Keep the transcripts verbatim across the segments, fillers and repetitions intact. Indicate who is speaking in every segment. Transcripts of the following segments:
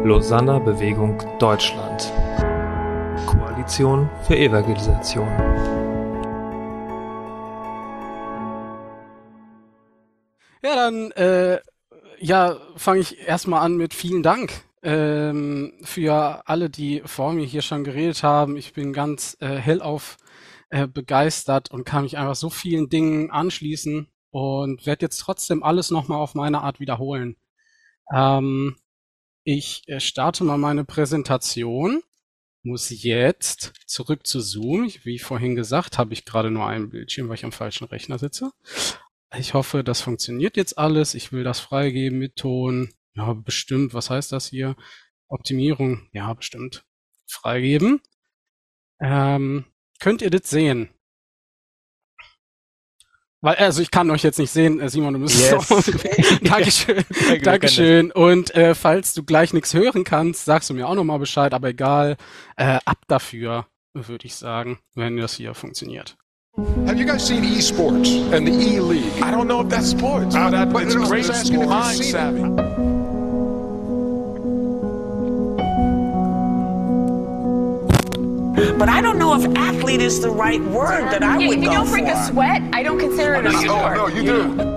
Speaker 1: Lausanner Bewegung Deutschland. Koalition für Evangelisation.
Speaker 2: Ja, dann äh, ja, fange ich erstmal an mit vielen Dank ähm, für alle, die vor mir hier schon geredet haben. Ich bin ganz äh, hellauf äh, begeistert und kann mich einfach so vielen Dingen anschließen und werde jetzt trotzdem alles nochmal auf meine Art wiederholen. Ähm, ich äh, starte mal meine Präsentation. Muss jetzt zurück zu Zoom. Wie vorhin gesagt, habe ich gerade nur einen Bildschirm, weil ich am falschen Rechner sitze. Ich hoffe, das funktioniert jetzt alles. Ich will das freigeben mit Ton. Ja, bestimmt. Was heißt das hier? Optimierung. Ja, bestimmt. Freigeben. Ähm, könnt ihr das sehen? Weil, also ich kann euch jetzt nicht sehen, äh, Simon, du müsstest
Speaker 3: Yes.
Speaker 2: auch. Dankeschön. Dankeschön. Und äh, falls du gleich nichts hören kannst, sagst du mir auch nochmal Bescheid, aber egal, äh, ab dafür, würde ich sagen, wenn das hier funktioniert.
Speaker 4: Have you guys seen esports and the E-League?
Speaker 5: I don't know if that's sports,
Speaker 4: Uh,
Speaker 5: but, I,
Speaker 4: but
Speaker 5: it's
Speaker 4: I'm
Speaker 5: great
Speaker 4: just asking if you've
Speaker 5: mind
Speaker 4: seen it.
Speaker 5: savvy.
Speaker 6: But I don't know if athlete is the right word that I
Speaker 7: Yeah,
Speaker 6: would
Speaker 7: if you
Speaker 6: go
Speaker 7: don't bring
Speaker 6: for.
Speaker 7: a sweat, I don't consider it a
Speaker 4: Oh,
Speaker 7: sport.
Speaker 4: no, you do.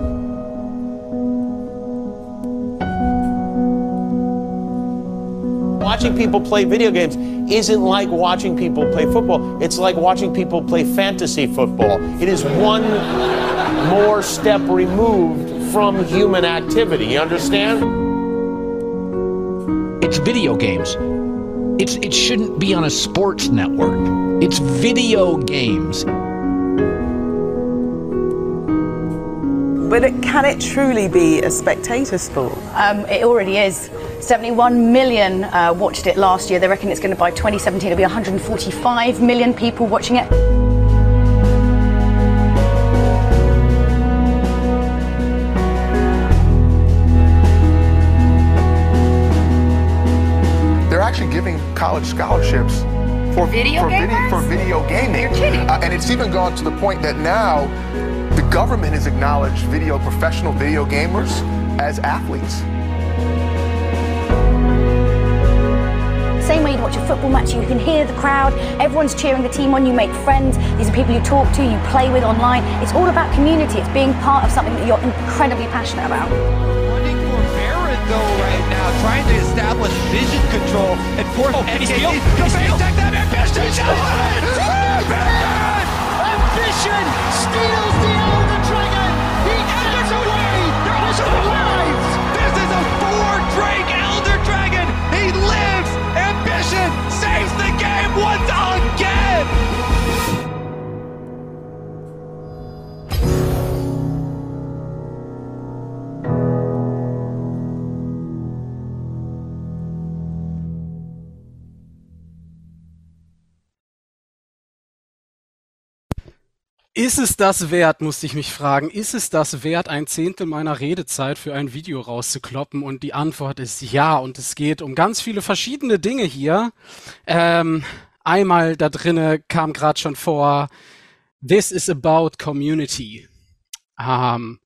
Speaker 8: Watching people play video games isn't like watching people play football. It's like watching people play fantasy football. It is one more step removed from human activity. You understand?
Speaker 9: It's video games. It's, it shouldn't be on a sports network. It's video games.
Speaker 10: But it, can it truly be a spectator sport?
Speaker 7: Um, it already is. seventy-one million uh, watched it last year. They reckon it's going to, by twenty seventeen, it'll be one hundred forty-five million people watching it.
Speaker 4: They're actually giving college scholarships for
Speaker 7: Video
Speaker 4: for,
Speaker 7: gamers?
Speaker 4: for video gaming.
Speaker 7: You're kidding.
Speaker 4: Uh, and it's even gone to the point that now the government has acknowledged video professional video gamers as athletes.
Speaker 7: Same way you'd watch a football match, you can hear the crowd, everyone's cheering the team on, you make friends, these are people you talk to, you play with online. It's all about community, it's being part of something that you're incredibly passionate about.
Speaker 3: Running for Barrett though right now, trying to establish vision control and force oh, and he's he's take that ambition. Ambition steals the Elder Dragon. He gets away. He survives. This is a four Drake Elder Dragon. He lives. Ambition saves the game once again.
Speaker 2: Ist es das wert, musste ich mich fragen, ist es das wert, ein Zehntel meiner Redezeit für ein Video rauszukloppen? Und die Antwort ist ja, und es geht um ganz viele verschiedene Dinge hier. Ähm, einmal da drinne kam gerade schon vor, this is about community. Ähm,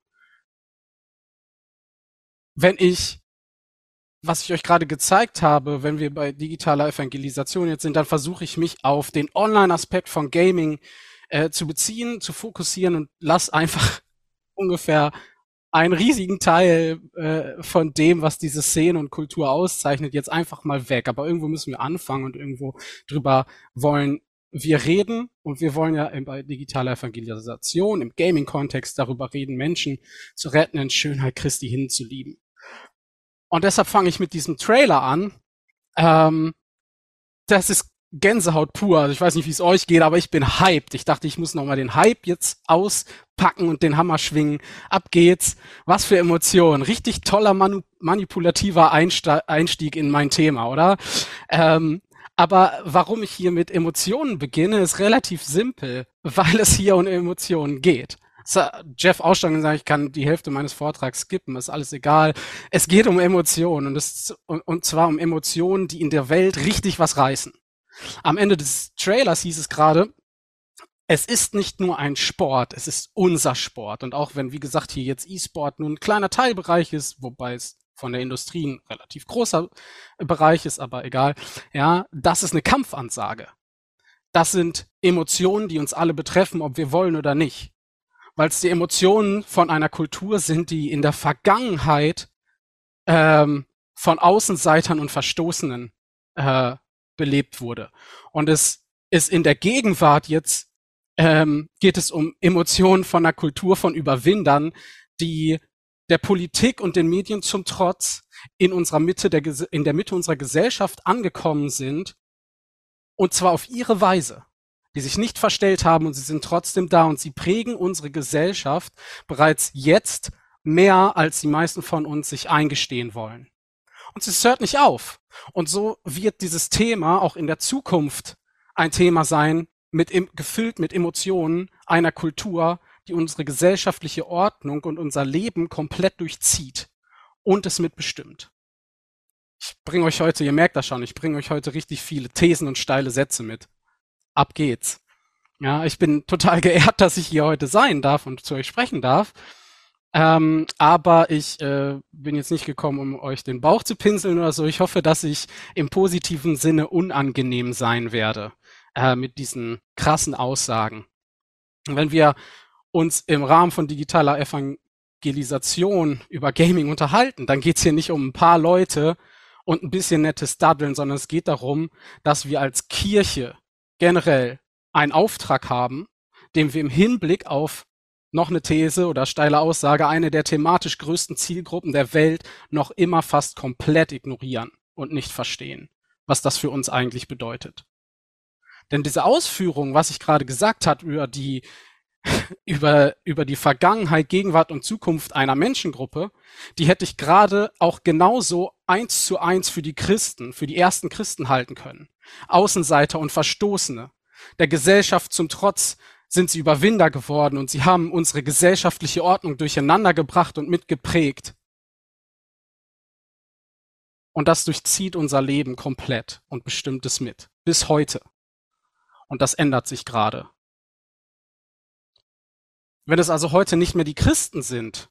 Speaker 2: wenn ich, was ich euch gerade gezeigt habe, wenn wir bei digitaler Evangelisation jetzt sind, dann versuche ich mich auf den Online-Aspekt von Gaming Äh, zu beziehen, zu fokussieren und lass einfach ungefähr einen riesigen Teil äh, von dem, was diese Szene und Kultur auszeichnet, jetzt einfach mal weg. Aber irgendwo müssen wir anfangen und irgendwo drüber wollen wir reden. Und wir wollen ja in, bei digitaler Evangelisation, im Gaming-Kontext darüber reden, Menschen zu retten, in Schönheit Christi hinzulieben. Und deshalb fange ich mit diesem Trailer an. Ähm, das ist Gänsehaut pur. Also ich weiß nicht, wie es euch geht, aber ich bin hyped. Ich dachte, ich muss nochmal den Hype jetzt auspacken und den Hammer schwingen. Ab geht's. Was für Emotionen. Richtig toller manu- manipulativer Einste- Einstieg in mein Thema, oder? Ähm, aber warum ich hier mit Emotionen beginne, ist relativ simpel, weil es hier um Emotionen geht. Jeff auch schon gesagt, ich kann die Hälfte meines Vortrags skippen, ist alles egal. Es geht um Emotionen und, es, und, und zwar um Emotionen, die in der Welt richtig was reißen. Am Ende des Trailers hieß es gerade, es ist nicht nur ein Sport, es ist unser Sport. Und auch wenn, wie gesagt, hier jetzt E-Sport nur ein kleiner Teilbereich ist, wobei es von der Industrie ein relativ großer Bereich ist, aber egal. Ja, das ist eine Kampfansage. Das sind Emotionen, die uns alle betreffen, ob wir wollen oder nicht. Weil es die Emotionen von einer Kultur sind, die in der Vergangenheit ähm, von Außenseitern und Verstoßenen äh, belebt wurde. Und es ist in der Gegenwart jetzt, ähm, geht es um Emotionen von einer Kultur von Überwindern, die der Politik und den Medien zum Trotz in unserer Mitte der, in der Mitte unserer Gesellschaft angekommen sind, und zwar auf ihre Weise, die sich nicht verstellt haben, und sie sind trotzdem da und sie prägen unsere Gesellschaft bereits jetzt mehr, als die meisten von uns sich eingestehen wollen. Und es hört nicht auf. Und so wird dieses Thema auch in der Zukunft ein Thema sein, mit, gefüllt mit Emotionen einer Kultur, die unsere gesellschaftliche Ordnung und unser Leben komplett durchzieht und es mitbestimmt. Ich bringe euch heute, ihr merkt das schon, ich bringe euch heute richtig viele Thesen und steile Sätze mit. Ab geht's. Ja, ich bin total geehrt, dass ich hier heute sein darf und zu euch sprechen darf. Ähm, aber ich äh, bin jetzt nicht gekommen, um euch den Bauch zu pinseln oder so. Ich hoffe, dass ich im positiven Sinne unangenehm sein werde äh, mit diesen krassen Aussagen. Und wenn wir uns im Rahmen von digitaler Evangelisation über Gaming unterhalten, dann geht's hier nicht um ein paar Leute und ein bisschen nettes Daddeln, sondern es geht darum, dass wir als Kirche generell einen Auftrag haben, den wir im Hinblick auf noch eine These oder steile Aussage, eine der thematisch größten Zielgruppen der Welt noch immer fast komplett ignorieren und nicht verstehen, was das für uns eigentlich bedeutet. Denn diese Ausführung, was ich gerade gesagt habe über die über über die Vergangenheit, Gegenwart und Zukunft einer Menschengruppe, die hätte ich gerade auch genauso eins zu eins für die Christen, für die ersten Christen halten können. Außenseiter und Verstoßene. Der Gesellschaft zum Trotz sind sie Überwinder geworden und sie haben unsere gesellschaftliche Ordnung durcheinander gebracht und mitgeprägt. Und das durchzieht unser Leben komplett und bestimmt es mit. Bis heute. Und das ändert sich gerade. Wenn es also heute nicht mehr die Christen sind,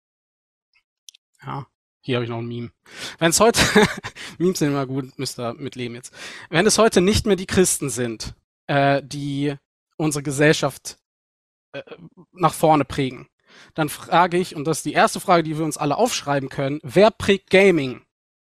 Speaker 2: ja, hier habe ich noch ein Meme. Wenn es heute, Memes sind immer gut, müsst ihr mitleben jetzt. Wenn es heute nicht mehr die Christen sind, äh, die unsere Gesellschaft äh, nach vorne prägen, dann frage ich, und das ist die erste Frage, die wir uns alle aufschreiben können, wer prägt Gaming?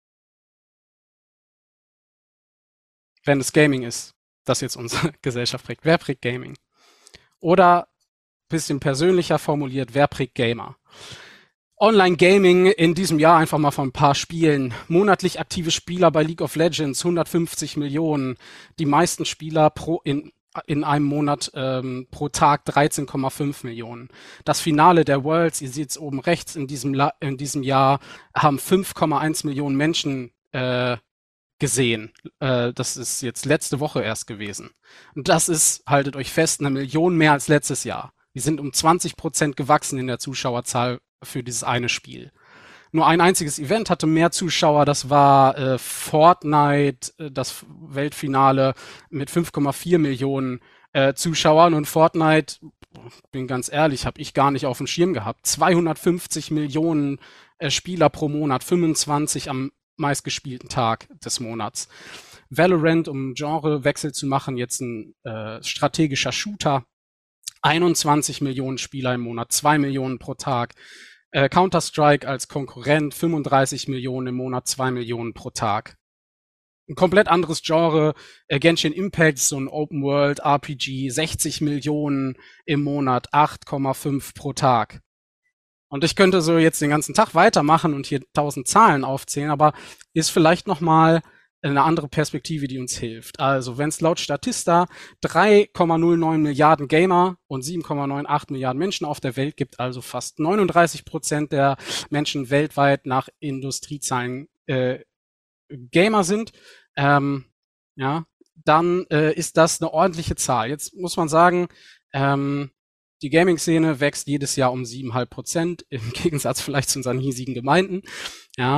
Speaker 2: Wenn es Gaming ist, das jetzt unsere Gesellschaft prägt. Wer prägt Gaming? Oder bisschen persönlicher formuliert, wer prägt Gamer? Online-Gaming in diesem Jahr einfach mal von ein paar Spielen. Monatlich aktive Spieler bei League of Legends, hundertfünfzig Millionen. Die meisten Spieler pro in, in einem Monat ähm, pro Tag dreizehn Komma fünf Millionen. Das Finale der Worlds, ihr seht es oben rechts, in diesem, La- in diesem Jahr haben fünf Komma eins Millionen Menschen äh, gesehen. Äh, das ist jetzt letzte Woche erst gewesen. Und das ist, haltet euch fest, eine Million mehr als letztes Jahr. Die sind um zwanzig Prozent gewachsen in der Zuschauerzahl für dieses eine Spiel. Nur ein einziges Event hatte mehr Zuschauer, das war äh, Fortnite, äh, das Weltfinale mit fünf Komma vier Millionen äh, Zuschauern. Und Fortnite, bin ganz ehrlich, habe ich gar nicht auf dem Schirm gehabt. zweihundertfünfzig Millionen äh, Spieler pro Monat, fünfundzwanzig am meistgespielten Tag des Monats. Valorant, um Genrewechsel zu machen, jetzt ein äh, strategischer Shooter. einundzwanzig Millionen Spieler im Monat, zwei Millionen pro Tag. Äh, Counter-Strike als Konkurrent, fünfunddreißig Millionen im Monat, zwei Millionen pro Tag. Ein komplett anderes Genre. Äh, Genshin Impact, so ein Open-World-R P G, sechzig Millionen im Monat, acht Komma fünf pro Tag. Und ich könnte so jetzt den ganzen Tag weitermachen und hier tausend Zahlen aufzählen, aber ist vielleicht nochmal eine andere Perspektive, die uns hilft. Also wenn es laut Statista drei Komma null neun Milliarden Gamer und sieben Komma achtundneunzig Milliarden Menschen auf der Welt gibt, also fast neununddreißig Prozent der Menschen weltweit nach Industriezahlen äh, Gamer sind, ähm, ja, dann äh, ist das eine ordentliche Zahl. Jetzt muss man sagen, ähm, die Gaming-Szene wächst jedes Jahr um sieben Komma fünf Prozent, im Gegensatz vielleicht zu unseren hiesigen Gemeinden, ja.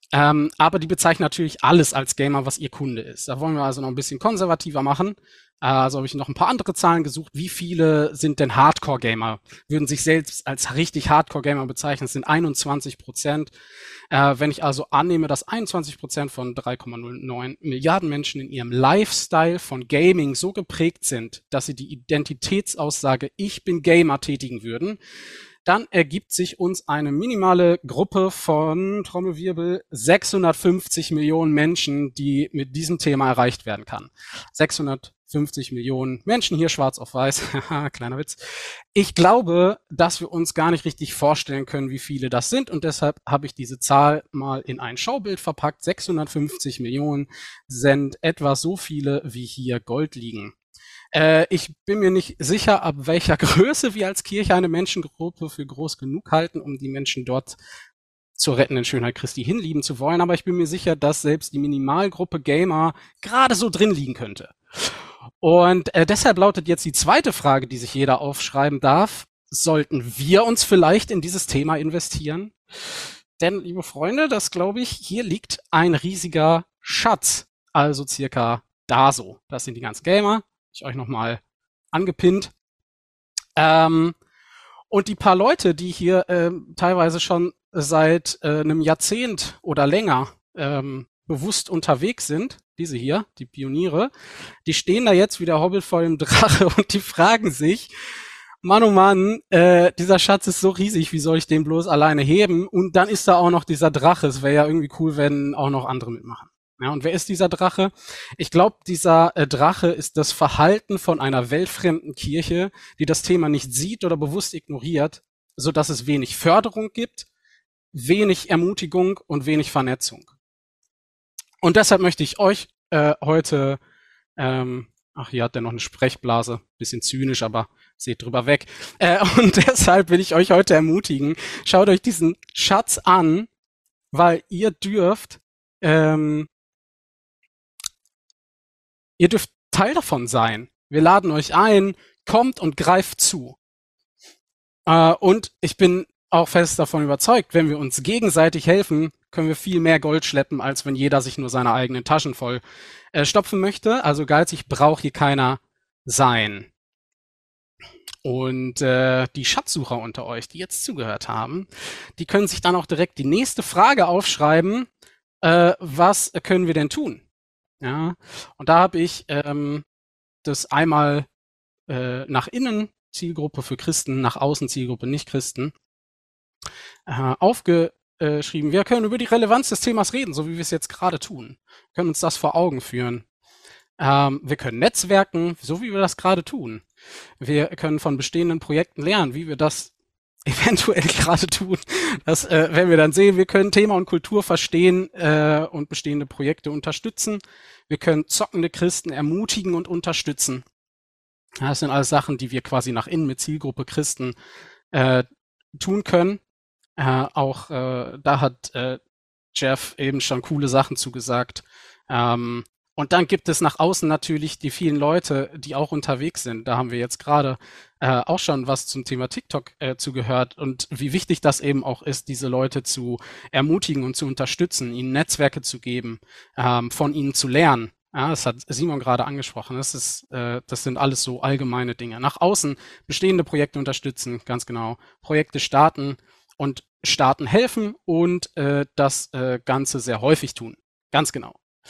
Speaker 2: Ähm, aber die bezeichnen natürlich alles als Gamer, was ihr Kunde ist. Da wollen wir also noch ein bisschen konservativer machen. Äh, also habe ich noch ein paar andere Zahlen gesucht. Wie viele sind denn Hardcore-Gamer? Würden sich selbst als richtig Hardcore-Gamer bezeichnen? Das sind einundzwanzig Prozent. Äh, wenn ich also annehme, dass einundzwanzig Prozent von drei Komma null neun Milliarden Menschen in ihrem Lifestyle von Gaming so geprägt sind, dass sie die Identitätsaussage "Ich bin Gamer" tätigen würden, dann ergibt sich uns eine minimale Gruppe von, Trommelwirbel, sechshundertfünfzig Millionen Menschen, die mit diesem Thema erreicht werden kann. sechshundertfünfzig Millionen Menschen, hier schwarz auf weiß, kleiner Witz. Ich glaube, dass wir uns gar nicht richtig vorstellen können, wie viele das sind, und deshalb habe ich diese Zahl mal in ein Schaubild verpackt. sechshundertfünfzig Millionen sind etwa so viele, wie hier Gold liegen. Äh, ich bin mir nicht sicher, ab welcher Größe wir als Kirche eine Menschengruppe für groß genug halten, um die Menschen dort zur rettenden Schönheit Christi hinlieben zu wollen. Aber ich bin mir sicher, dass selbst die Minimalgruppe Gamer gerade so drin liegen könnte. Und äh, deshalb lautet jetzt die zweite Frage, die sich jeder aufschreiben darf. Sollten wir uns vielleicht in dieses Thema investieren? Denn, liebe Freunde, das glaube ich, hier liegt ein riesiger Schatz. Also circa da so. Das sind die ganzen Gamer. Ich euch nochmal angepinnt. Ähm, und die paar Leute, die hier ähm, teilweise schon seit äh, einem Jahrzehnt oder länger ähm, bewusst unterwegs sind, diese hier, die Pioniere, die stehen da jetzt wie der Hobbit vor dem Drache und die fragen sich, Mann, oh Mann, äh, dieser Schatz ist so riesig, wie soll ich den bloß alleine heben? Und dann ist da auch noch dieser Drache. Es wäre ja irgendwie cool, wenn auch noch andere mitmachen. Ja, und wer ist dieser Drache? Ich glaube, dieser äh, Drache ist das Verhalten von einer weltfremden Kirche, die das Thema nicht sieht oder bewusst ignoriert, so dass es wenig Förderung gibt, wenig Ermutigung und wenig Vernetzung. Und deshalb möchte ich euch äh, heute, ähm, ach, hier hat der noch eine Sprechblase, bisschen zynisch, aber seht drüber weg. Äh, und deshalb will ich euch heute ermutigen, schaut euch diesen Schatz an, weil ihr dürft ähm, Ihr dürft Teil davon sein. Wir laden euch ein, kommt und greift zu. Äh, und ich bin auch fest davon überzeugt, wenn wir uns gegenseitig helfen, können wir viel mehr Gold schleppen, als wenn jeder sich nur seine eigenen Taschen voll äh, stopfen möchte. Also geizig braucht hier keiner sein. Und äh, die Schatzsucher unter euch, die jetzt zugehört haben, die können sich dann auch direkt die nächste Frage aufschreiben. Äh, was können wir denn tun? Ja, und da habe ich ähm, das einmal äh, nach innen Zielgruppe für Christen, nach außen Zielgruppe Nicht-Christen äh, aufgeschrieben. Wir können über die Relevanz des Themas reden, so wie wir es jetzt gerade tun. Wir können uns das vor Augen führen. Ähm, wir können netzwerken, so wie wir das gerade tun. Wir können von bestehenden Projekten lernen, wie wir das eventuell gerade tun. Das äh, werden wir dann sehen. Wir können Thema und Kultur verstehen äh, und bestehende Projekte unterstützen. Wir können zockende Christen ermutigen und unterstützen. Das sind alles Sachen, die wir quasi nach innen mit Zielgruppe Christen äh, tun können. Äh, auch äh, da hat äh, Jeff eben schon coole Sachen zugesagt. Ähm, Und dann gibt es nach außen natürlich die vielen Leute, die auch unterwegs sind. Da haben wir jetzt gerade äh, auch schon was zum Thema TikTok äh, zugehört und wie wichtig das eben auch ist, diese Leute zu ermutigen und zu unterstützen, ihnen Netzwerke zu geben, ähm, von ihnen zu lernen. Ja, das hat Simon gerade angesprochen. Das ist, äh, das sind alles so allgemeine Dinge. Nach außen bestehende Projekte unterstützen, ganz genau. Projekte starten und starten helfen und äh, das äh, Ganze sehr häufig tun. Ganz genau.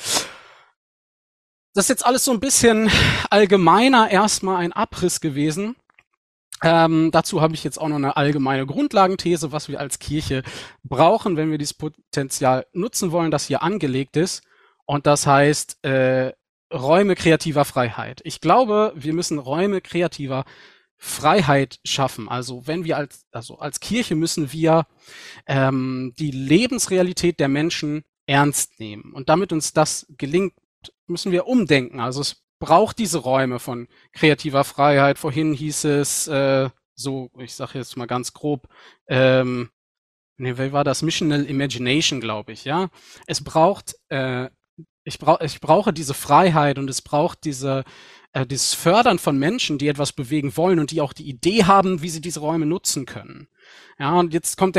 Speaker 2: Das ist jetzt alles so ein bisschen allgemeiner erstmal ein Abriss gewesen. Ähm, dazu habe ich jetzt auch noch eine allgemeine Grundlagenthese, was wir als Kirche brauchen, wenn wir dieses Potenzial nutzen wollen, das hier angelegt ist. Und das heißt äh, Räume kreativer Freiheit. Ich glaube, wir müssen Räume kreativer Freiheit schaffen. Also wenn wir als, also als Kirche müssen wir ähm, die Lebensrealität der Menschen ernst nehmen. Und damit uns das gelingt, müssen wir umdenken. Also es braucht diese Räume von kreativer Freiheit. Vorhin hieß es, äh, so, ich sage jetzt mal ganz grob, ähm, nee, wie war das? Missional Imagination, glaube ich, ja. Es braucht, äh, ich, brauch, ich brauche diese Freiheit und es braucht diese, äh, dieses Fördern von Menschen, die etwas bewegen wollen und die auch die Idee haben, wie sie diese Räume nutzen können. Ja, und jetzt kommt der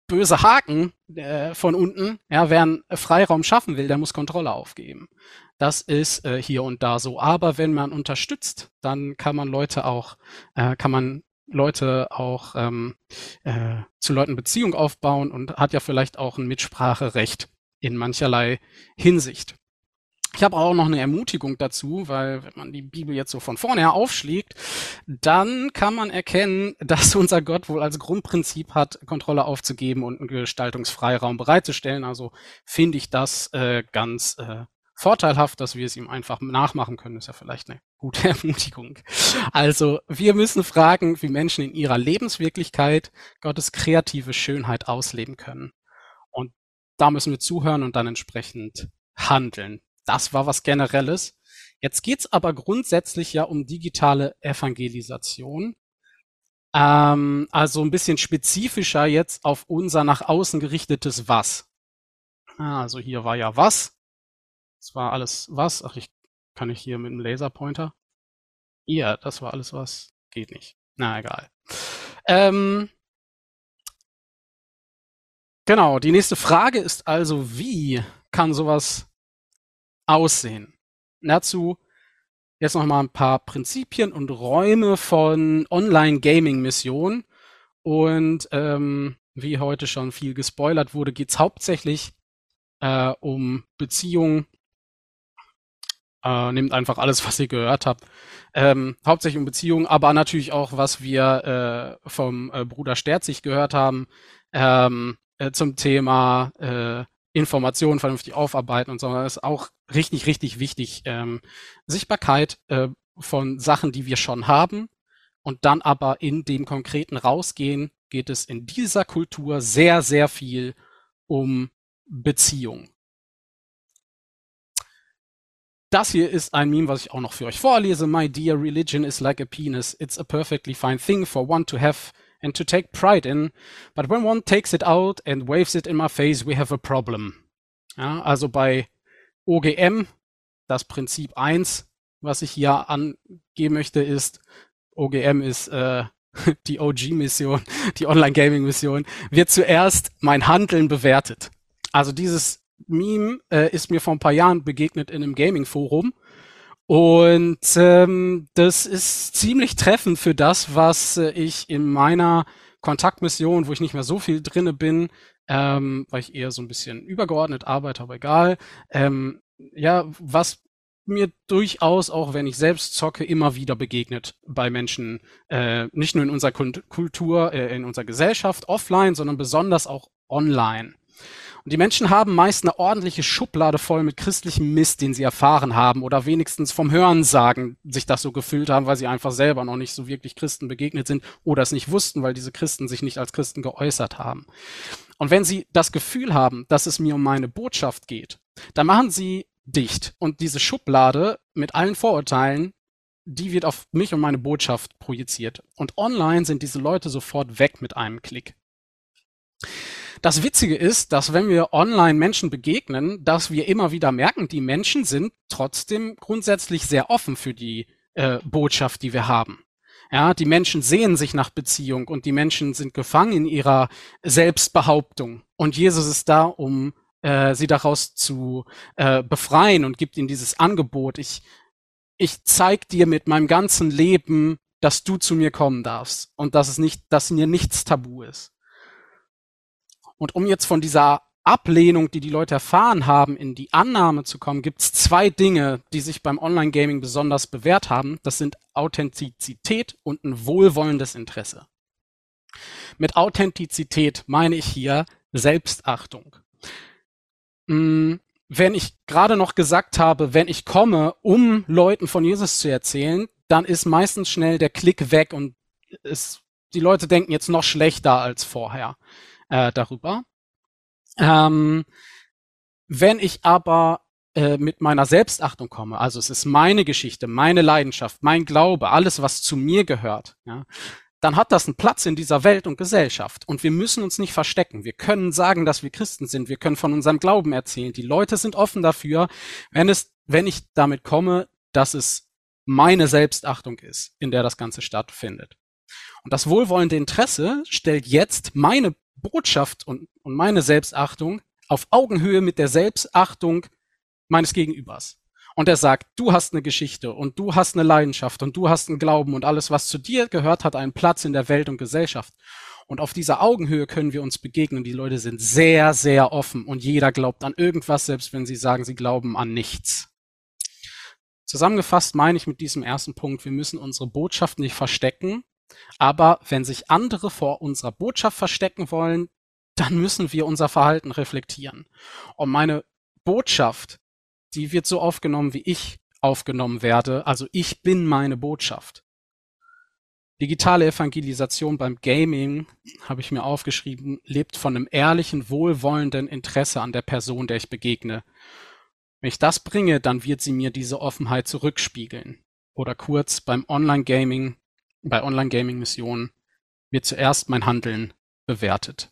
Speaker 2: böse Haken äh, von unten, ja, wer einen Freiraum schaffen will, der muss Kontrolle aufgeben. Das ist äh, hier und da so. Aber wenn man unterstützt, dann kann man Leute auch, äh, kann man Leute auch ähm, äh, zu Leuten Beziehung aufbauen und hat ja vielleicht auch ein Mitspracherecht in mancherlei Hinsicht. Ich habe auch noch eine Ermutigung dazu, weil wenn man die Bibel jetzt so von vorne her aufschlägt, dann kann man erkennen, dass unser Gott wohl als Grundprinzip hat, Kontrolle aufzugeben und einen Gestaltungsfreiraum bereitzustellen. Also finde ich das äh, ganz äh, vorteilhaft, dass wir es ihm einfach nachmachen können. Ist ja vielleicht eine gute Ermutigung. Also wir müssen fragen, wie Menschen in ihrer Lebenswirklichkeit Gottes kreative Schönheit ausleben können. Und da müssen wir zuhören und dann entsprechend handeln. Das war was Generelles. Jetzt geht's aber grundsätzlich ja um digitale Evangelisation. Ähm, also ein bisschen spezifischer jetzt auf unser nach außen gerichtetes Was. Also hier war ja was. Das war alles was. Ach, ich kann ich hier mit dem Laserpointer? Ja, das war alles was. Geht nicht. Na, egal. Ähm, genau, die nächste Frage ist also, wie kann sowas aussehen? Dazu jetzt noch mal ein paar Prinzipien und Räume von Online-Gaming-Missionen. Und ähm, wie heute schon viel gespoilert wurde, geht es hauptsächlich äh, um Beziehungen. Äh, nehmt einfach alles, was ihr gehört habt. Ähm, hauptsächlich um Beziehungen, aber natürlich auch, was wir äh, vom äh, Bruder Sterzig gehört haben, ähm, äh, zum Thema äh, Informationen vernünftig aufarbeiten und so. Das ist auch richtig, richtig wichtig. Ähm, Sichtbarkeit äh, von Sachen, die wir schon haben und dann aber in dem konkreten Rausgehen geht es in dieser Kultur sehr, sehr viel um Beziehung. Das hier ist ein Meme, was ich auch noch für euch vorlese. My dear, religion is like a penis. It's a perfectly fine thing for one to have and to take pride in, but when one takes it out and waves it in my face, we have a problem. Ja, also bei O G M, das Prinzip eins, was ich hier angeben möchte, ist, O G M ist äh, die O G-Mission, die Online-Gaming-Mission, wird zuerst mein Handeln bewertet. Also dieses Meme äh, ist mir vor ein paar Jahren begegnet in einem Gaming-Forum. Und ähm, das ist ziemlich treffend für das, was äh, ich in meiner Kontaktmission, wo ich nicht mehr so viel drinne bin, ähm, weil ich eher so ein bisschen übergeordnet arbeite, aber egal, ähm, ja, was mir durchaus, auch wenn ich selbst zocke, immer wieder begegnet bei Menschen, äh, nicht nur in unserer Kultur, äh, in unserer Gesellschaft offline, sondern besonders auch online. Und die Menschen haben meist eine ordentliche Schublade voll mit christlichem Mist, den sie erfahren haben oder wenigstens vom Hörensagen sich das so gefüllt haben, weil sie einfach selber noch nicht so wirklich Christen begegnet sind oder es nicht wussten, weil diese Christen sich nicht als Christen geäußert haben. Und wenn sie das Gefühl haben, dass es mir um meine Botschaft geht, dann machen sie dicht. Und diese Schublade mit allen Vorurteilen, die wird auf mich und meine Botschaft projiziert. Und online sind diese Leute sofort weg mit einem Klick. Das Witzige ist, dass wenn wir online Menschen begegnen, dass wir immer wieder merken, die Menschen sind trotzdem grundsätzlich sehr offen für die äh, Botschaft, die wir haben. Ja, die Menschen sehen sich nach Beziehung und die Menschen sind gefangen in ihrer Selbstbehauptung. Und Jesus ist da, um äh, sie daraus zu äh, befreien und gibt ihnen dieses Angebot. Ich, ich zeig dir mit meinem ganzen Leben, dass du zu mir kommen darfst und dass es nicht, dass mir nichts tabu ist. Und um jetzt von dieser Ablehnung, die die Leute erfahren haben, in die Annahme zu kommen, gibt es zwei Dinge, die sich beim Online-Gaming besonders bewährt haben. Das sind Authentizität und ein wohlwollendes Interesse. Mit Authentizität meine ich hier Selbstachtung. Wenn ich gerade noch gesagt habe, wenn ich komme, um Leuten von Jesus zu erzählen, dann ist meistens schnell der Klick weg und es, die Leute denken jetzt noch schlechter als vorher. Äh, darüber. Ähm, wenn ich aber äh, mit meiner Selbstachtung komme, also es ist meine Geschichte, meine Leidenschaft, mein Glaube, alles, was zu mir gehört, ja, dann hat das einen Platz in dieser Welt und Gesellschaft. Und wir müssen uns nicht verstecken. Wir können sagen, dass wir Christen sind. Wir können von unserem Glauben erzählen. Die Leute sind offen dafür, wenn es, wenn ich damit komme, dass es meine Selbstachtung ist, in der das Ganze stattfindet. Und das wohlwollende Interesse stellt jetzt meine Botschaft und, und meine Selbstachtung auf Augenhöhe mit der Selbstachtung meines Gegenübers. Und er sagt, du hast eine Geschichte und du hast eine Leidenschaft und du hast einen Glauben und alles, was zu dir gehört, hat einen Platz in der Welt und Gesellschaft. Und auf dieser Augenhöhe können wir uns begegnen. Die Leute sind sehr, sehr offen und jeder glaubt an irgendwas, selbst wenn sie sagen, sie glauben an nichts. Zusammengefasst meine ich mit diesem ersten Punkt, wir müssen unsere Botschaft nicht verstecken, aber wenn sich andere vor unserer Botschaft verstecken wollen, dann müssen wir unser Verhalten reflektieren. Und meine Botschaft, die wird so aufgenommen, wie ich aufgenommen werde. Also ich bin meine Botschaft. Digitale Evangelisation beim Gaming, habe ich mir aufgeschrieben, lebt von einem ehrlichen, wohlwollenden Interesse an der Person, der ich begegne. Wenn ich das bringe, dann wird sie mir diese Offenheit zurückspiegeln. Oder kurz, beim Online-Gaming, bei Online-Gaming-Missionen wird zuerst mein Handeln bewertet.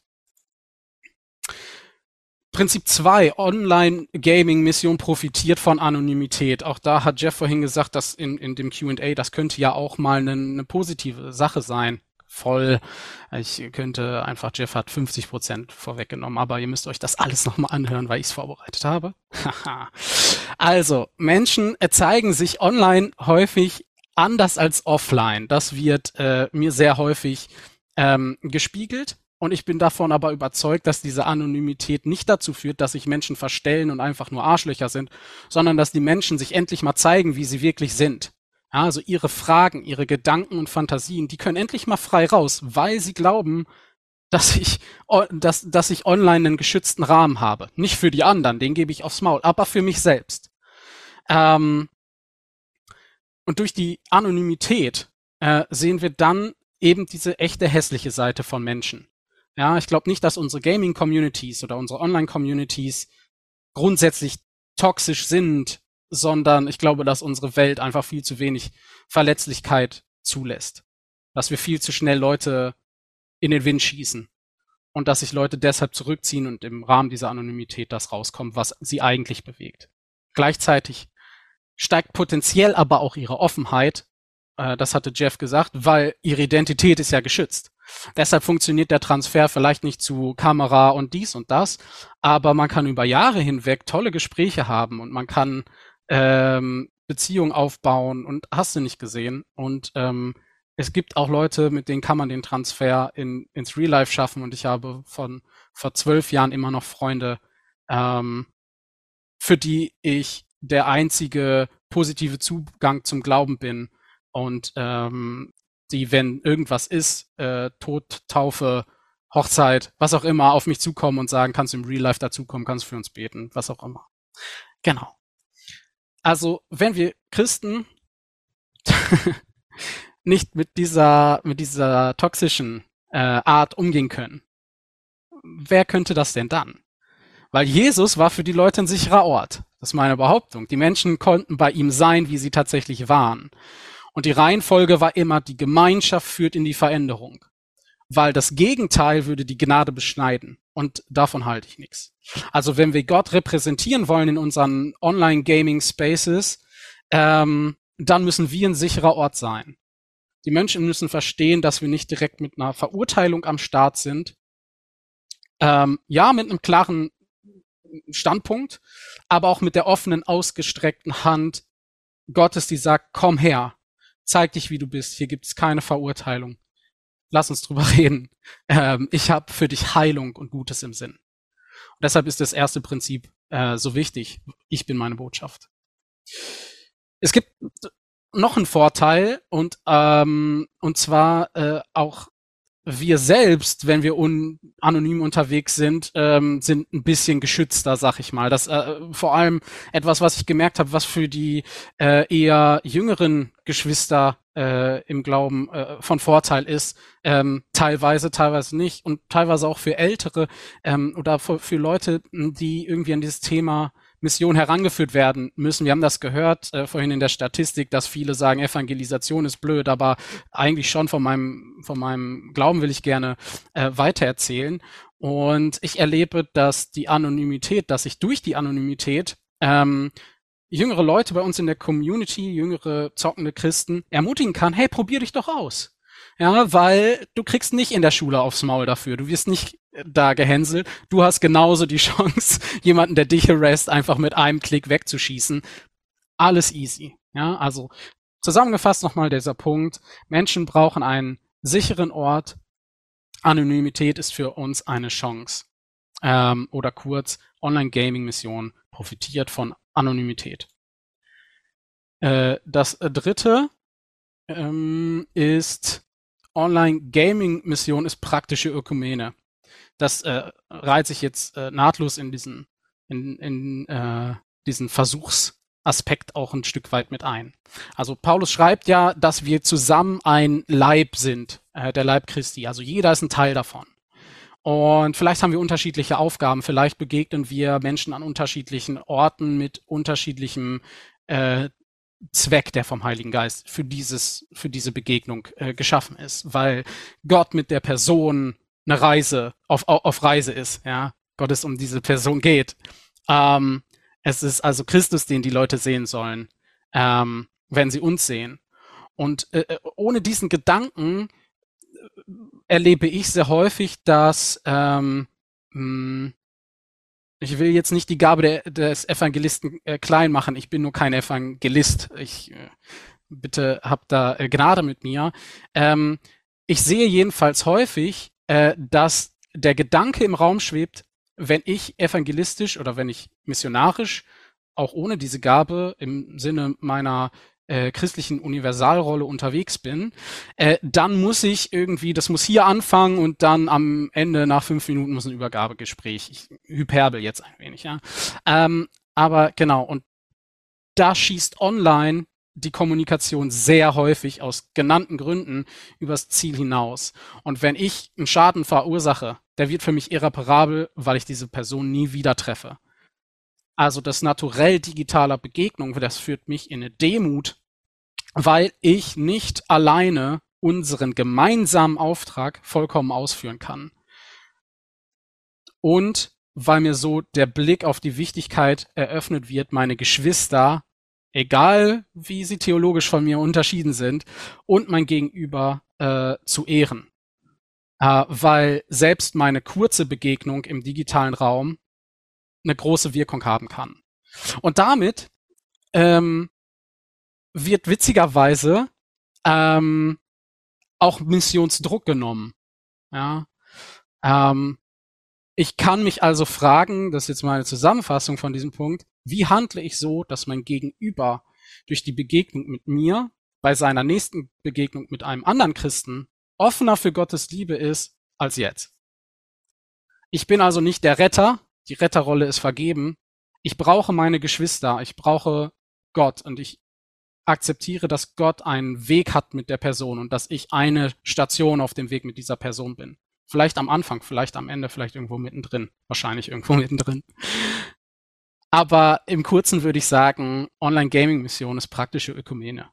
Speaker 2: Prinzip zwei, Online-Gaming-Mission profitiert von Anonymität. Auch da hat Jeff vorhin gesagt, dass in, in dem Q and A, das könnte ja auch mal eine, eine positive Sache sein. Voll. Ich könnte einfach, Jeff hat fünfzig Prozent vorweggenommen, aber ihr müsst euch das alles nochmal anhören, weil ich es vorbereitet habe. Also, Menschen zeigen sich online häufig anders als offline. Das wird äh, mir sehr häufig ähm, gespiegelt. Und ich bin davon aber überzeugt, dass diese Anonymität nicht dazu führt, dass sich Menschen verstellen und einfach nur Arschlöcher sind, sondern dass die Menschen sich endlich mal zeigen, wie sie wirklich sind. Ja, also ihre Fragen, ihre Gedanken und Fantasien, die können endlich mal frei raus, weil sie glauben, dass ich, dass, dass ich online einen geschützten Rahmen habe. Nicht für die anderen, den gebe ich aufs Maul, aber für mich selbst. Ähm, und durch die Anonymität äh, sehen wir dann eben diese echte hässliche Seite von Menschen. Ja, ich glaube nicht, dass unsere Gaming-Communities oder unsere Online-Communities grundsätzlich toxisch sind, sondern ich glaube, dass unsere Welt einfach viel zu wenig Verletzlichkeit zulässt. Dass wir viel zu schnell Leute in den Wind schießen und dass sich Leute deshalb zurückziehen und im Rahmen dieser Anonymität das rauskommt, was sie eigentlich bewegt. Gleichzeitig steigt potenziell aber auch ihre Offenheit, äh, das hatte Jeff gesagt, weil ihre Identität ist ja geschützt. Deshalb funktioniert der Transfer vielleicht nicht zu Kamera und dies und das, aber man kann über Jahre hinweg tolle Gespräche haben und man kann ähm, Beziehungen aufbauen und hast du nicht gesehen. Und ähm, es gibt auch Leute, mit denen kann man den Transfer in, ins Real Life schaffen und ich habe von vor zwölf Jahren immer noch Freunde, ähm, für die ich der einzige positive Zugang zum Glauben bin und ähm, die, wenn irgendwas ist, äh, Tod, Taufe, Hochzeit, was auch immer, auf mich zukommen und sagen, kannst du im Real Life dazukommen, kannst du für uns beten, was auch immer. Genau. Also, wenn wir Christen nicht mit dieser, mit dieser toxischen äh, Art umgehen können, wer könnte das denn dann? Weil Jesus war für die Leute ein sicherer Ort. Das ist meine Behauptung. Die Menschen konnten bei ihm sein, wie sie tatsächlich waren. Und die Reihenfolge war immer, die Gemeinschaft führt in die Veränderung. Weil das Gegenteil würde die Gnade beschneiden. Und davon halte ich nichts. Also wenn wir Gott repräsentieren wollen in unseren Online-Gaming-Spaces, ähm, dann müssen wir ein sicherer Ort sein. Die Menschen müssen verstehen, dass wir nicht direkt mit einer Verurteilung am Start sind. Ähm, ja, mit einem klaren Standpunkt, aber auch mit der offenen, ausgestreckten Hand Gottes, die sagt, komm her. Zeig dich, wie du bist. Hier gibt es keine Verurteilung. Lass uns drüber reden. Ähm, ich habe für dich Heilung und Gutes im Sinn. Und deshalb ist das erste Prinzip äh, so wichtig. Ich bin meine Botschaft. Es gibt noch einen Vorteil und ähm, und zwar äh, auch wir selbst, wenn wir un anonym unterwegs sind, ähm, sind ein bisschen geschützter, sag ich mal. Das äh, vor allem etwas, was ich gemerkt habe, was für die äh, eher jüngeren Geschwister äh, im Glauben äh, von Vorteil ist, ähm, teilweise, teilweise nicht und teilweise auch für Ältere ähm, oder für, für Leute, die irgendwie an dieses Thema Mission herangeführt werden müssen. Wir haben das gehört äh, vorhin in der Statistik, dass viele sagen, Evangelisation ist blöd, aber eigentlich schon von meinem von meinem Glauben will ich gerne äh, weitererzählen. Und ich erlebe, dass die Anonymität, dass ich durch die Anonymität ähm, jüngere Leute bei uns in der Community, jüngere zockende Christen ermutigen kann, hey, probier dich doch aus. Ja, weil du kriegst nicht in der Schule aufs Maul dafür. Du wirst nicht da gehänselt. Du hast genauso die Chance, jemanden, der dich harasst, einfach mit einem Klick wegzuschießen. Alles easy. Ja, also zusammengefasst nochmal dieser Punkt. Menschen brauchen einen sicheren Ort. Anonymität ist für uns eine Chance. Ähm, oder kurz, Online-Gaming-Mission profitiert von Anonymität. Äh, das dritte ähm, ist, Online-Gaming-Mission ist praktische Ökumene. Das äh, reiht sich jetzt äh, nahtlos in diesen, in, in äh, diesen Versuchsaspekt auch ein Stück weit mit ein. Also Paulus schreibt ja, dass wir zusammen ein Leib sind, äh, der Leib Christi. Also jeder ist ein Teil davon. Und vielleicht haben wir unterschiedliche Aufgaben, vielleicht begegnen wir Menschen an unterschiedlichen Orten mit unterschiedlichem äh, Zweck, der vom Heiligen Geist für dieses, für diese Begegnung äh, geschaffen ist, weil Gott mit der Person eine Reise, auf, auf Reise ist, ja, Gott es um diese Person geht. Ähm, es ist also Christus, den die Leute sehen sollen, ähm, wenn sie uns sehen. Und äh, ohne diesen Gedanken erlebe ich sehr häufig, dass ähm, mh, ich will jetzt nicht die Gabe der, des Evangelisten äh, klein machen, ich bin nur kein Evangelist. Ich äh, bitte habt da äh, Gnade mit mir. Ähm, ich sehe jedenfalls häufig, äh, dass der Gedanke im Raum schwebt, wenn ich evangelistisch oder wenn ich missionarisch, auch ohne diese Gabe im Sinne meiner äh, christlichen Universalrolle unterwegs bin, äh, dann muss ich irgendwie, das muss hier anfangen und dann am Ende nach fünf Minuten muss ein Übergabegespräch. Ich hyperbel jetzt ein wenig, ja. Ähm, aber genau, und da schießt online die Kommunikation sehr häufig aus genannten Gründen übers Ziel hinaus. Und wenn ich einen Schaden verursache, der wird für mich irreparabel, weil ich diese Person nie wieder treffe. Also das Naturell digitaler Begegnung, das führt mich in eine Demut, weil ich nicht alleine unseren gemeinsamen Auftrag vollkommen ausführen kann. Und weil mir so der Blick auf die Wichtigkeit eröffnet wird, meine Geschwister, egal wie sie theologisch von mir unterschieden sind, und mein Gegenüber äh, zu ehren. Äh, weil selbst meine kurze Begegnung im digitalen Raum eine große Wirkung haben kann. Und damit ähm, wird witzigerweise ähm, auch Missionsdruck genommen. Ja, ähm, ich kann mich also fragen, das ist jetzt meine Zusammenfassung von diesem Punkt, wie handle ich so, dass mein Gegenüber durch die Begegnung mit mir, bei seiner nächsten Begegnung mit einem anderen Christen, offener für Gottes Liebe ist als jetzt? Ich bin also nicht der Retter, die Retterrolle ist vergeben. Ich brauche meine Geschwister, ich brauche Gott und ich akzeptiere, dass Gott einen Weg hat mit der Person und dass ich eine Station auf dem Weg mit dieser Person bin. Vielleicht am Anfang, vielleicht am Ende, vielleicht irgendwo mittendrin. Wahrscheinlich irgendwo mittendrin. Aber im Kurzen würde ich sagen, Online-Gaming-Mission ist praktische Ökumene.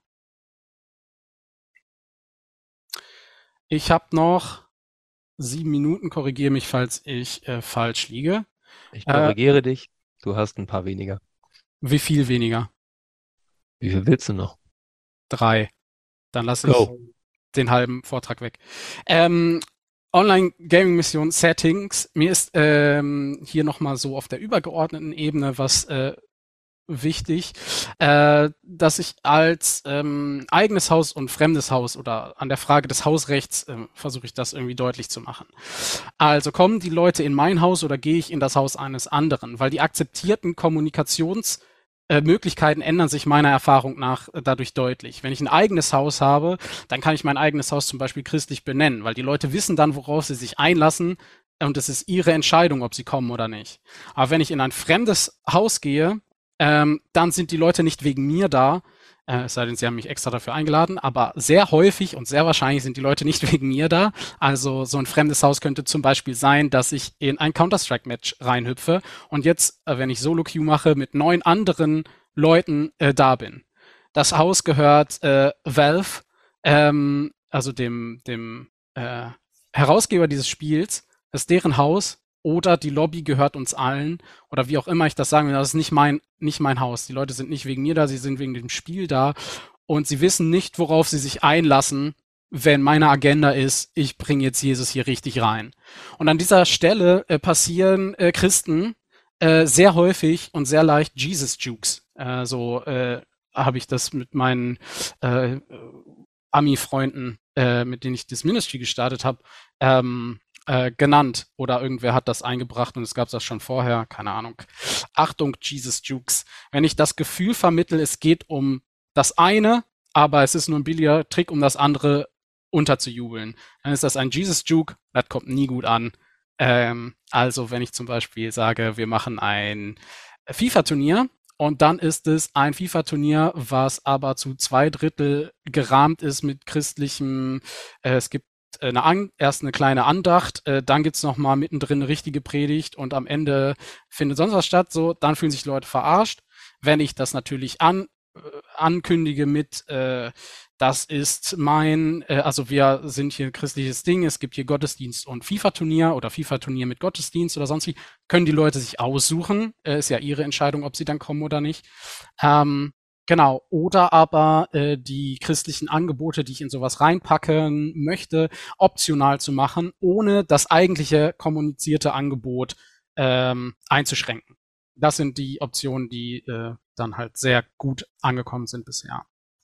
Speaker 2: Ich habe noch sieben Minuten, korrigiere mich, falls ich äh, falsch liege.
Speaker 5: Ich korrigiere äh, dich, du hast ein paar weniger.
Speaker 2: Wie viel weniger?
Speaker 5: Wie viel willst du noch?
Speaker 2: Drei. Dann lasse ich den halben Vortrag weg. Ähm, Online-Gaming-Mission Settings. Mir ist ähm, hier nochmal so auf der übergeordneten Ebene was äh, wichtig, äh, dass ich als ähm, eigenes Haus und fremdes Haus oder an der Frage des Hausrechts äh, versuche ich das irgendwie deutlich zu machen. Also kommen die Leute in mein Haus oder gehe ich in das Haus eines anderen? Weil die akzeptierten Kommunikations- Möglichkeiten ändern sich meiner Erfahrung nach dadurch deutlich. Wenn ich ein eigenes Haus habe, dann kann ich mein eigenes Haus zum Beispiel christlich benennen, weil die Leute wissen dann, worauf sie sich einlassen und es ist ihre Entscheidung, ob sie kommen oder nicht. Aber wenn ich in ein fremdes Haus gehe, ähm, dann sind die Leute nicht wegen mir da, äh, es sei denn, sie haben mich extra dafür eingeladen, aber sehr häufig und sehr wahrscheinlich sind die Leute nicht wegen mir da. Also so ein fremdes Haus könnte zum Beispiel sein, dass ich in ein Counter-Strike-Match reinhüpfe und jetzt, äh, wenn ich Solo-Queue mache, mit neun anderen Leuten äh, da bin. Das Haus gehört äh, Valve, ähm, also dem, dem äh, Herausgeber dieses Spiels, das ist deren Haus. Oder die Lobby gehört uns allen oder wie auch immer ich das sagen will, das ist nicht mein, nicht mein Haus. Die Leute sind nicht wegen mir da, sie sind wegen dem Spiel da und sie wissen nicht, worauf sie sich einlassen, wenn meine Agenda ist, ich bringe jetzt Jesus hier richtig rein. Und an dieser Stelle äh, passieren äh, Christen äh, sehr häufig und sehr leicht Jesus-Jukes. Äh, so äh, habe ich das mit meinen äh, Ami-Freunden, äh, mit denen ich das Ministry gestartet habe, ähm, äh, genannt. Oder irgendwer hat das eingebracht und es gab das schon vorher, keine Ahnung. Achtung, Jesus-Jukes. Wenn ich das Gefühl vermittle, es geht um das eine, aber es ist nur ein billiger Trick, um das andere unterzujubeln, dann ist das ein Jesus-Juke, das kommt nie gut an. Ähm, also wenn ich zum Beispiel sage, wir machen ein FIFA-Turnier und dann ist es ein FIFA-Turnier, was aber zu zwei Drittel gerahmt ist mit christlichem, äh, es gibt eine An- erst eine kleine Andacht, äh, dann gibt's noch mal mittendrin eine richtige Predigt und am Ende findet sonst was statt, so, dann fühlen sich Leute verarscht. Wenn ich das natürlich an ankündige mit, äh, das ist mein, äh, also wir sind hier ein christliches Ding, es gibt hier Gottesdienst und FIFA-Turnier oder FIFA-Turnier mit Gottesdienst oder sonst wie, können die Leute sich aussuchen, äh, ist ja ihre Entscheidung, ob sie dann kommen oder nicht. Ähm, genau, oder aber äh, die christlichen Angebote, die ich in sowas reinpacken möchte, optional zu machen, ohne das eigentliche kommunizierte Angebot ähm, einzuschränken. Das sind die Optionen, die äh, dann halt sehr gut angekommen sind bisher.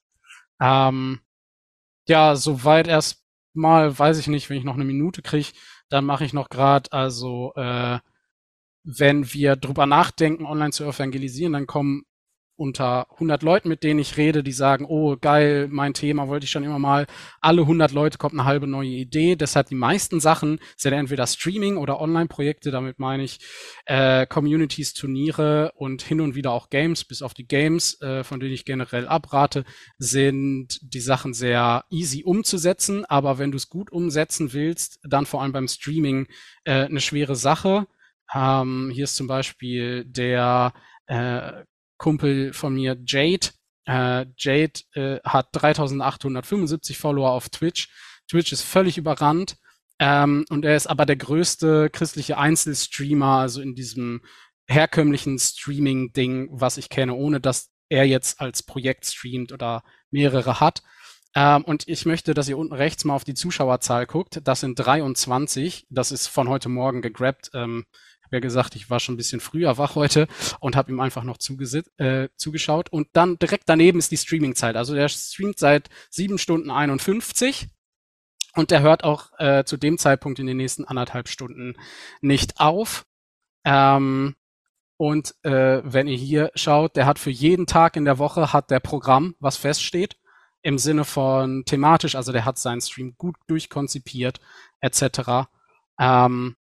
Speaker 2: Ähm, ja, soweit erstmal, weiß ich nicht, wenn ich noch eine Minute kriege, dann mache ich noch gerade, also äh, wenn wir drüber nachdenken, online zu evangelisieren, dann kommen unter hundert Leuten, mit denen ich rede, die sagen, oh geil, mein Thema wollte ich schon immer mal. Alle hundert Leute kommt eine halbe neue Idee. Deshalb die meisten Sachen sind entweder Streaming oder Online-Projekte. Damit meine ich äh, Communities, Turniere und hin und wieder auch Games. Bis auf die Games, äh, von denen ich generell abrate, sind die Sachen sehr easy umzusetzen. Aber wenn du es gut umsetzen willst, dann vor allem beim Streaming äh, eine schwere Sache. Ähm, hier ist zum Beispiel der äh, Kumpel von mir, Jade. Äh, Jade äh, hat dreitausendachthundertfünfundsiebzig Follower auf Twitch. Twitch ist völlig überrannt. Ähm, und er ist aber der größte christliche Einzelstreamer, also in diesem herkömmlichen Streaming-Ding, was ich kenne, ohne dass er jetzt als Projekt streamt oder mehrere hat. Ähm, und ich möchte, dass ihr unten rechts mal auf die Zuschauerzahl guckt. Das sind dreiundzwanzig. Das ist von heute Morgen gegrabt. Ähm, Ich habe ja gesagt, ich war schon ein bisschen früher wach heute und habe ihm einfach noch zugesit- äh, zugeschaut. Und dann direkt daneben ist die Streaming-Zeit. Also der streamt seit sieben Stunden einundfünfzig und der hört auch äh, zu dem Zeitpunkt in den nächsten anderthalb Stunden nicht auf. Ähm, und äh, wenn ihr hier schaut, der hat für jeden Tag in der Woche hat der Programm, was feststeht, im Sinne von thematisch, also der hat seinen Stream gut durchkonzipiert, et cetera. Ähm,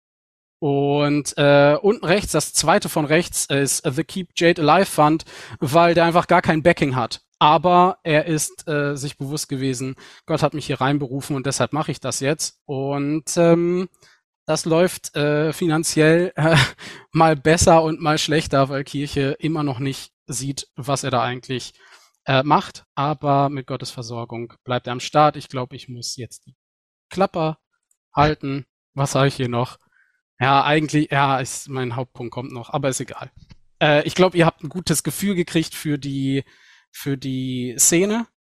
Speaker 2: Und äh, unten rechts, das zweite von rechts, ist The Keep Jade Alive Fund, weil der einfach gar kein Backing hat. Aber er ist äh, sich bewusst gewesen, Gott hat mich hier reinberufen und deshalb mache ich das jetzt. Und ähm, das läuft äh, finanziell äh, mal besser und mal schlechter, weil Kirche immer noch nicht sieht, was er da eigentlich äh, macht. Aber mit Gottes Versorgung bleibt er am Start. Ich glaube, ich muss jetzt die Klappe halten. Was sage ich hier noch? Ja, eigentlich, ja, ist, mein Hauptpunkt kommt noch, aber ist egal. Äh, ich glaube, ihr habt ein gutes Gefühl gekriegt für die, für die Szene.